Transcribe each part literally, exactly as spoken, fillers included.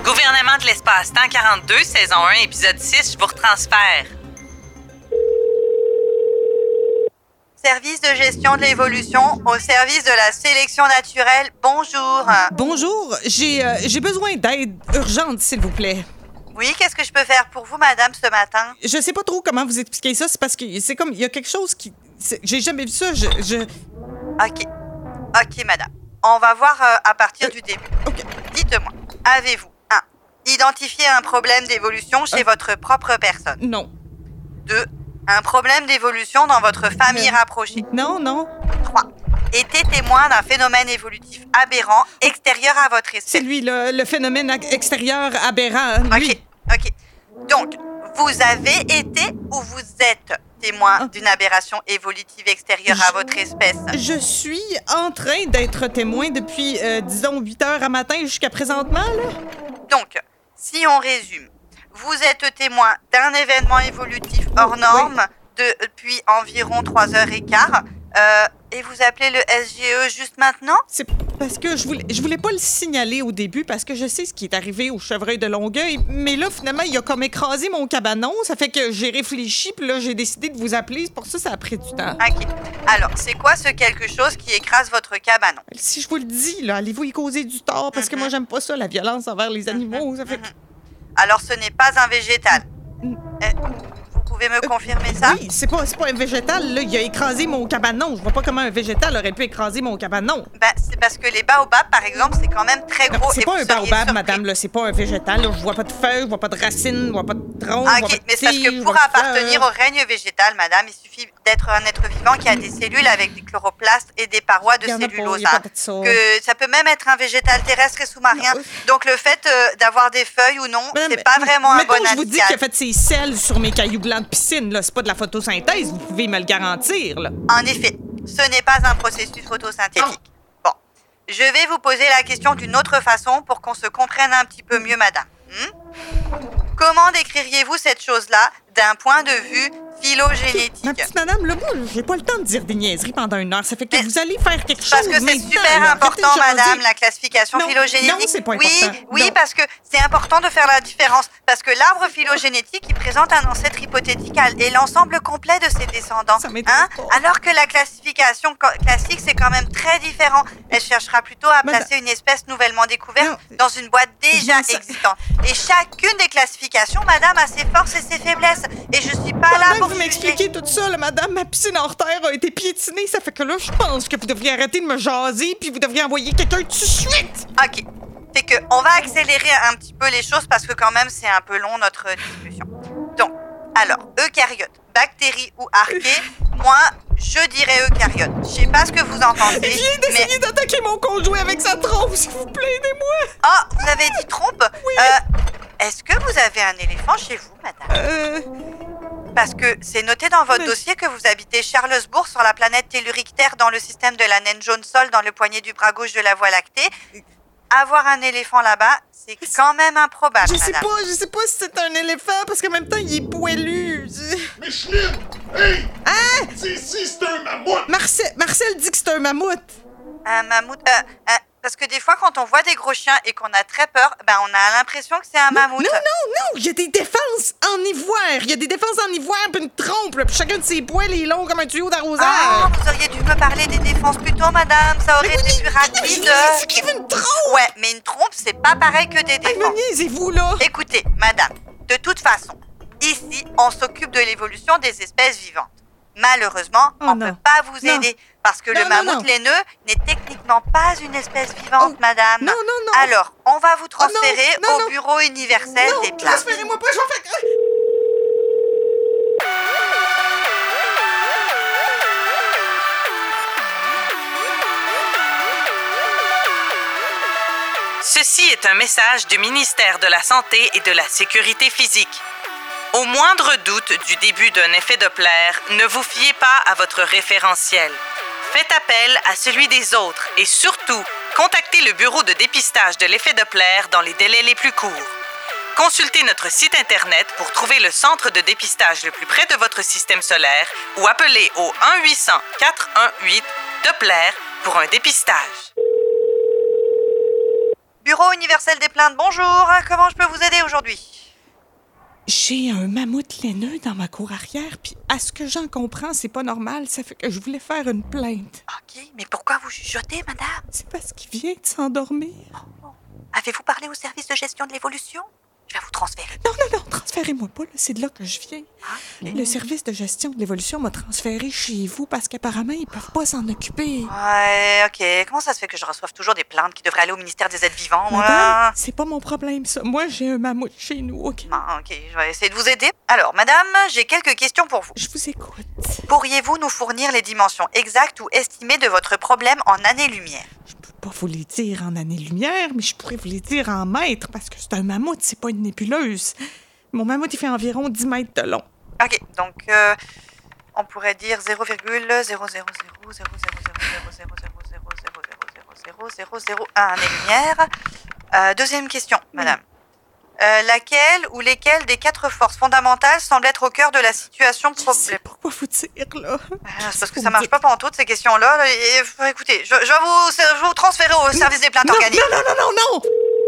Gouvernement de l'espace-temps quarante-deux, saison un, épisode six, je vous retransfère. Service de gestion de l'évolution au service de la sélection naturelle, bonjour. Bonjour, j'ai euh, j'ai besoin d'aide urgente, s'il vous plaît. Oui, qu'est-ce que je peux faire pour vous, madame, ce matin? Je sais pas trop comment vous expliquer ça, c'est parce que c'est comme, il y a quelque chose qui... c'est- J'ai jamais vu ça, je... je... OK. OK, madame. On va voir euh, à partir Euh, du début. OK. Dites-moi, avez-vous un. Identifié un problème d'évolution chez Euh. votre propre personne. Non. deux. Un problème d'évolution dans votre famille Euh. rapprochée. Non, non. trois. Été témoin d'un phénomène évolutif aberrant extérieur à votre C'est espèce. lui, le, le phénomène ac- extérieur aberrant. Lui. OK, OK. Donc, vous avez été ou vous êtes témoin Ah. d'une aberration évolutive extérieure à Je- votre espèce? Je suis en train d'être témoin depuis, euh, disons, huit heures à matin jusqu'à présentement, là. Donc, si on résume, vous êtes témoin d'un événement évolutif hors norme de- depuis environ trois heures quinze euh, et vous appelez le S G E juste maintenant? C'est parce que je voulais, je voulais pas le signaler au début parce que je sais ce qui est arrivé au chevreuil de Longueuil, mais là, finalement, il a comme écrasé mon cabanon. Ça fait que j'ai réfléchi, puis là, j'ai décidé de vous appeler. C'est pour ça que ça a pris du temps. OK. Alors, c'est quoi ce quelque chose qui écrase votre cabanon? Si je vous le dis, là, allez-vous y causer du tort? Parce que Mhm. moi, j'aime pas ça, la violence envers les animaux. Ça fait... Mhm. Alors, ce n'est pas un végétal. Mm. Euh, vous pouvez me confirmer ça? Oui, c'est pas, c'est pas un végétal, là. Il a écrasé mon cabanon. Je vois pas comment un végétal aurait pu écraser mon cabanon. Ben, c'est parce que les baobabs, par exemple, c'est quand même très Non, gros. c'est et pas vous un seriez baobab, surpris. madame, là. C'est pas un végétal, là. Je vois pas de feuilles, je vois pas de racines, je vois pas de tronc, Ah, je vois ok, pas mais de c'est parce tige, que je pour vois pas de appartenir fleurs. au règne végétal, madame, il suffit d'être un être vivant qui a des cellules avec des chloroplastes et des parois de Il y en a pas, cellulose. il y a hein. pas de ça. Que ça peut même être un végétal terrestre et sous-marin. Non. Donc le fait euh, d'avoir des feuilles ou non, Madame, c'est pas vraiment un mettons bon que je vous dis qu'il a indicateur. fait ses selles sur mes cailloux blancs de piscine, là. C'est pas de la photosynthèse, vous pouvez me le garantir, là. En effet, ce n'est pas un processus photosynthétique. Bon, je vais vous poser la question d'une autre façon pour qu'on se comprenne un petit peu mieux, madame. Hmm? Comment décririez-vous cette chose-là d'un point de vue phylogénétique? Ma petite madame, là, moi, j'ai pas le temps de dire des niaiseries pendant une heure. Ça fait que Mais- vous allez faire quelque chose Parce que c'est maintenant, super là. important, Arrêtez de jaser. madame, la classification Non, phylogénétique. non, c'est pas oui, important. oui, Non. parce que c'est important de faire la différence. Parce que l'arbre phylogénétique, il présente un ancêtre hypothétique et l'ensemble complet de ses descendants. Ça m'intéresse Hein? pas. Alors que la classification co- classique, c'est quand même très différent. Elle cherchera plutôt à Madame- placer une espèce nouvellement découverte Non. dans une boîte déjà Je- ça- existante. Et chacune des classifications, madame, a ses forces et ses faiblesses. Et je suis pas là Pendant que pour vous juger. m'expliquez tout ça, là, madame, ma piscine hors terre a été piétinée. Ça fait que là, je pense que vous devriez arrêter de me jaser puis vous devriez envoyer quelqu'un tout de suite. OK. C'est que on va accélérer un petit peu les choses parce que quand même c'est un peu long notre discussion. Donc, alors, eucaryotes, bactéries ou archées, moi je dirais eucaryotes. Je sais pas ce que vous en pensez, Il vient d'essayer mais d'attaquer mon conjoint avec sa trompe, s'il vous plaît, aidez-moi. ah, vous avez dit trompe. Oui. Euh, est-ce que vous avez un éléphant chez vous, madame? Euh... Parce que c'est noté dans votre Mais- dossier que vous habitez Charlesbourg sur la planète tellurique Terre dans le système de la naine jaune Sol dans le poignet du bras gauche de la Voie lactée. Avoir un éléphant là-bas, c'est quand même improbable, Je sais madame. pas, je sais pas si c'est un éléphant parce qu'en même temps, il est poilu. Je- Micheline! Hey! Hein? C'est ici, c'est un mammouth! Marcel, Marcel dit que c'est un mammouth. Un mammouth. euh, euh, parce que des fois, quand on voit des gros chiens et qu'on a très peur, ben on a l'impression que c'est un mammouth. Non, non, non, il y a des défenses en ivoire. Il y a des défenses en ivoire puis une trompe, là, puis chacun de ses poils est long comme un tuyau Ah, d'arrosage. vous auriez dû me parler des défenses plus tôt, madame. Ça aurait Mais été oui, plus mais- rapide. C'est qui veut une trompe? Ouais, mais une trompe, c'est pas pareil que des Hey, défenses. me niaisez-vous, là. Écoutez, madame, de toute façon, ici, on s'occupe de l'évolution des espèces vivantes. Malheureusement, Oh on non. ne peut pas vous Non. aider parce que Non, le non, mammouth non. laineux n'est techniquement pas une espèce vivante, Oh, madame. Non, non, non. Alors, on va vous transférer non, au non. bureau universel non, des plantes. transférez-moi pas, je vais faire... Ceci est un message du ministère de la Santé et de la Sécurité physique. Au moindre doute du début d'un effet Doppler, ne vous fiez pas à votre référentiel. Faites appel à celui des autres et surtout, contactez le bureau de dépistage de l'effet Doppler dans les délais les plus courts. Consultez notre site Internet pour trouver le centre de dépistage le plus près de votre système solaire ou appelez au un huit cents quatre un huit Doppler pour un dépistage. Bureau universel des plaintes, bonjour. Comment je peux vous aider aujourd'hui? J'ai un mammouth laineux dans ma cour arrière, puis à ce que j'en comprends, c'est pas normal. Ça fait que je voulais faire une plainte. OK, mais pourquoi vous chuchotez, madame? C'est parce qu'il vient de s'endormir. Oh. Avez-vous parlé au service de gestion de l'évolution? Je vais vous transférer. Non, non, non, transférez-moi pas, là. C'est de là que je viens. Ah, okay. Le service de gestion de l'évolution m'a transféré chez vous parce qu'apparemment, ils peuvent pas s'en occuper. Ouais, OK. Comment ça se fait que je reçoive toujours des plaintes qui devraient aller au ministère des Êtres vivants, moi? Madame, c'est pas mon problème, ça. Moi, j'ai un mammouth chez nous, OK? Ah, OK, je vais essayer de vous aider. Alors, madame, j'ai quelques questions pour vous. Je vous écoute. Pourriez-vous nous fournir les dimensions exactes ou estimées de votre problème en années-lumière? Je peux pas vous les dire en années-lumière, mais je pourrais vous les dire en mètres parce que c'est un mammouth, c'est pas une nébuleuse. Mon mammouth, il fait environ dix mètres de long. OK, donc euh, on pourrait dire zéro virgule zéro zéro zéro zéro zéro zéro zéro zéro zéro zéro un années-lumière. Euh, deuxième question, madame. Euh, laquelle ou lesquelles des quatre forces fondamentales semblent être au cœur de la situation Je sais problème? pourquoi vous dire, là. Ah, c'est parce que ça marche pas pantoute, ces questions-là. Là. Et, et, écoutez, je, je, vais vous, je vais vous transférer au service des plaintes non, organiques. Non, non, non, non, non!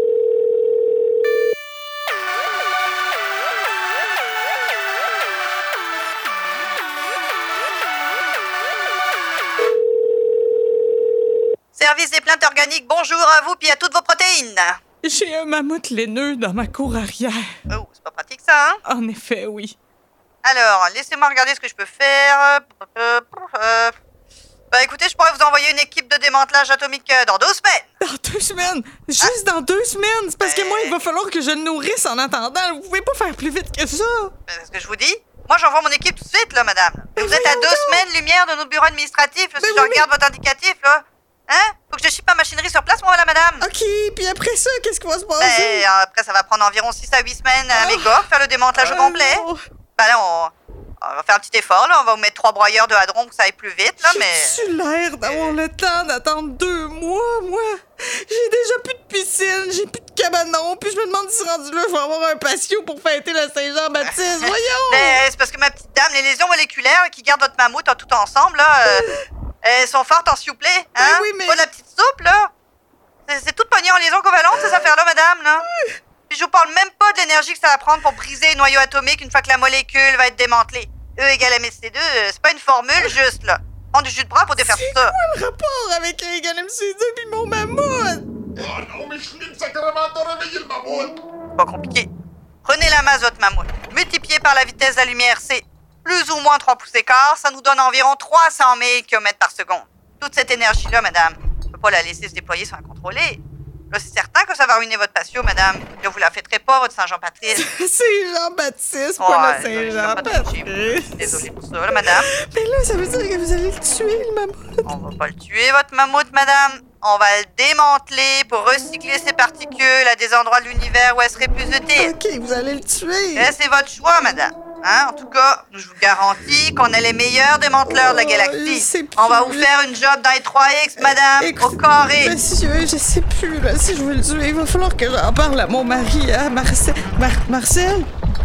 Service des plaintes organiques, bonjour à vous, puis à toutes vos protéines. J'ai un mammouth laineux dans ma cour arrière. Oh, c'est pas pratique ça, hein? En effet, oui. Alors, laissez-moi regarder ce que je peux faire. Euh, euh, bah écoutez, je pourrais vous envoyer une équipe de démantelage atomique dans deux semaines. Dans deux semaines? Juste dans deux semaines? C'est parce que Ouais. moi, il va falloir que je le nourrisse en attendant. Vous pouvez pas faire plus vite que ça. C'est ce que je vous dis. Moi, j'envoie mon équipe tout de suite, là, madame. Mais vous êtes à voyons deux donc. semaines-lumière de notre bureau administratif, là, si Mais je oui, regarde votre indicatif, là. Hein? Faut que je chippe ma machinerie sur place, moi, là, madame. OK, puis après ça, qu'est-ce qui va se passer? Ben, après, ça va prendre environ six à huit semaines à Oh. Mégor, faire le démantelage au complet. Oh, Ben là, on, on va faire un petit effort, là. On va vous mettre trois broyeurs de hadron pour que ça aille plus vite, là, mais... J'ai-tu l'air d'avoir le temps d'attendre deux mois, moi? J'ai déjà plus de piscine, j'ai plus de cabanon, puis je me demande si rendu là, je vais avoir un patio pour fêter la Saint-Jean-Baptiste. Voyons! Ben, c'est parce que ma petite dame, les lésions moléculaires qui gardent votre mammouth en tout ensemble, là, euh, elles sont fortes en s'il vous plaît, hein? Ben oui, mais- Pas de la petite soupe, là. C'est, c'est toute pognée en liaison covalente, ces affaires-là, madame, là. Puis je vous parle même pas de l'énergie que ça va prendre pour briser les noyaux atomiques une fois que la molécule va être démantelée. E égale M C deux, euh, c'est pas une formule juste, là. Prends du jus de bras pour défaire tout ça. Le rapport avec E égale M C deux puis mon mammouth! Ah non, mais je l'ai sacrément de réveiller le mammouth! Pas compliqué. Prenez la masse de votre mammouth, multipliez par la vitesse de la lumière, c'est plus ou moins trois pouces et quart, ça nous donne environ trois cent mille kilomètres par seconde. Toute cette énergie-là, madame, on peut pas la laisser se déployer sans la contrôler. Là, c'est certain que ça va ruiner votre patio, madame. Là, vous la fêterez pas, votre Saint-Jean-Baptiste. C'est Jean-Baptiste, Ouais, pas là, le je vais pas te toucher, moi. Saint-Jean-Baptiste. Désolée pour ça, là, madame. Mais là, ça veut dire que vous allez le tuer, le mammouth. On va pas le tuer, votre mammouth, madame. On va le démanteler pour recycler ses particules à des endroits de l'univers où elles seraient plus utiles. OK, vous allez le tuer. Eh, c'est votre choix, madame. Hein? En tout cas, je vous garantis qu'on est les meilleurs démanteleurs de la Oh, galaxie. je sais plus. On va vous faire une job dans les trois X, madame, Écoute, au carré. Monsieur, je sais plus, là, si je veux le tuer. Il va falloir que j'en parle à mon mari, à Marcel. Mar- Marcel?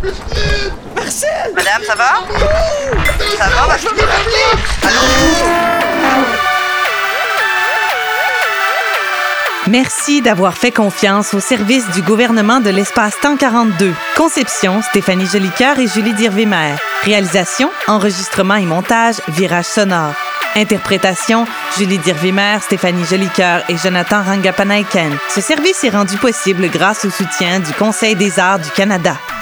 Marcel! Madame, ça va? Ça va, ma petite? Merci d'avoir fait confiance au service du gouvernement de l'espace-temps quarante-deux. Conception, Stéphanie Jolicoeur et Julie Dirvimer. Réalisation, enregistrement et montage, Virage sonore. Interprétation, Julie Dirvimer, Stéphanie Jolicoeur et Jonathan Rangapanaiken. Ce service est rendu possible grâce au soutien du Conseil des arts du Canada.